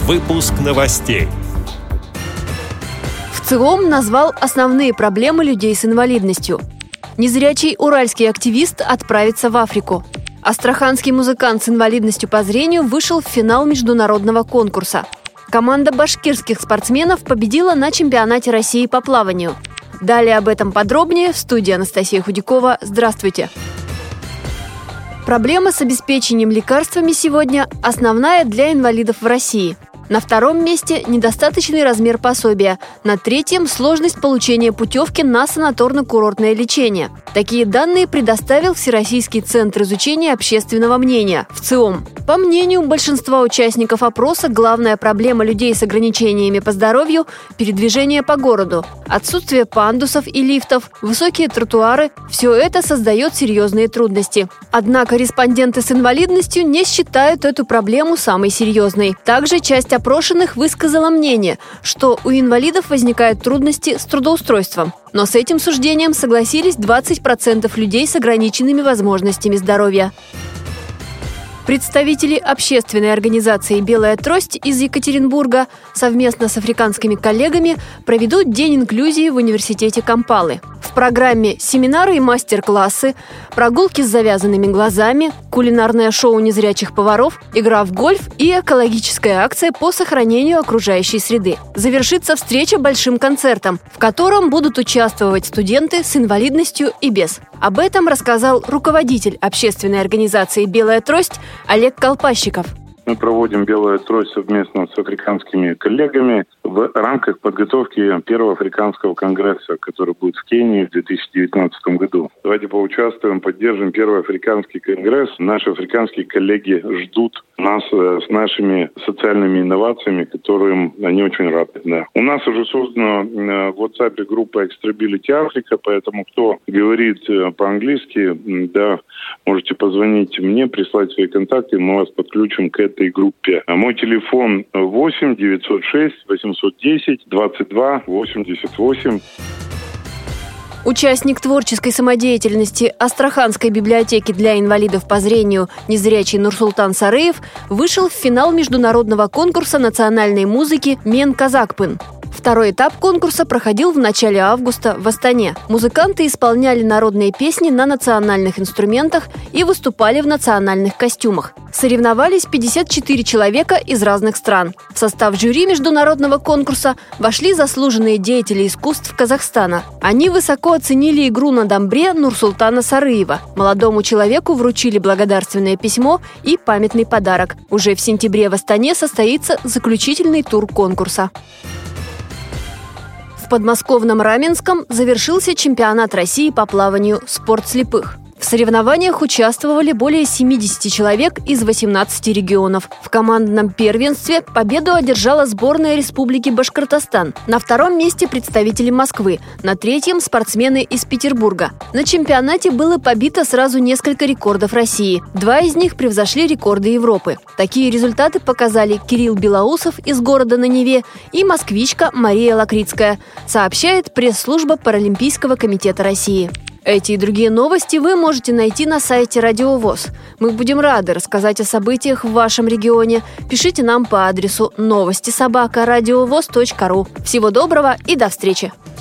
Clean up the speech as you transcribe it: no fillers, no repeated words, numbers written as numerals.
Выпуск новостей. ВЦИОМ назвал основные проблемы людей с инвалидностью. Незрячий уральский активист отправится в Африку. Астраханский музыкант с инвалидностью по зрению вышел в финал международного конкурса. Команда башкирских спортсменов победила на чемпионате России по плаванию. Далее об этом подробнее в студии Анастасия Худякова. Здравствуйте! Проблема с обеспечением лекарствами сегодня основная для инвалидов в России. На втором месте – недостаточный размер пособия. На третьем – сложность получения путевки на санаторно-курортное лечение. Такие данные предоставил Всероссийский центр изучения общественного мнения – ВЦИОМ. По мнению большинства участников опроса, главная проблема людей с ограничениями по здоровью – передвижение по городу. Отсутствие пандусов и лифтов, высокие тротуары – все это создает серьезные трудности. Однако респонденты с инвалидностью не считают эту проблему самой серьезной. Также часть опрошенных высказала мнение, что у инвалидов возникают трудности с трудоустройством. Но с этим суждением согласились 20% людей с ограниченными возможностями здоровья. Представители общественной организации «Белая трость» из Екатеринбурга совместно с африканскими коллегами проведут День инклюзии в университете Кампалы. В программе семинары и мастер-классы, прогулки с завязанными глазами, кулинарное шоу незрячих поваров, игра в гольф и экологическая акция по сохранению окружающей среды. Завершится встреча большим концертом, в котором будут участвовать студенты с инвалидностью и без. Об этом рассказал руководитель общественной организации «Белая трость» Олег Колпащиков. Мы проводим «Белую трость» совместно с африканскими коллегами в рамках подготовки первого африканского конгресса, который будет в Кении в 2019 году. Давайте поучаствуем, поддержим первый африканский конгресс. Наши африканские коллеги ждут нас с нашими социальными инновациями, которым они очень рады. Да. У нас уже создана в WhatsApp группа Extrability Africa, поэтому кто говорит по-английски, да, можете позвонить мне, прислать свои контакты, мы вас подключим к этой группе. Мой телефон 8 906 810 22 88. Участник творческой самодеятельности Астраханской библиотеки для инвалидов по зрению незрячий Нурсултан Сарыев вышел в финал международного конкурса национальной музыки «Мен Казакпын». Второй этап конкурса проходил в начале августа в Астане. Музыканты исполняли народные песни на национальных инструментах и выступали в национальных костюмах. Соревновались 54 человека из разных стран. В состав жюри международного конкурса вошли заслуженные деятели искусств Казахстана. Они высоко оценили игру на домбре Нурсултана Сарыева. Молодому человеку вручили благодарственное письмо и памятный подарок. Уже в сентябре в Астане состоится заключительный тур конкурса. В подмосковном Раменском завершился чемпионат России по плаванию «Спорт слепых». В соревнованиях участвовали более 70 человек из 18 регионов. В командном первенстве победу одержала сборная Республики Башкортостан. На втором месте представители Москвы, на третьем – спортсмены из Петербурга. На чемпионате было побито сразу несколько рекордов России. 2 из них превзошли рекорды Европы. Такие результаты показали Кирилл Белоусов из города на Неве и москвичка Мария Лакрицкая, сообщает пресс-служба Паралимпийского комитета России. Эти и другие новости вы можете найти на сайте Радио ВОС. Мы будем рады рассказать о событиях в вашем регионе. Пишите нам по адресу новости@радиовос.ру. Всего доброго и до встречи!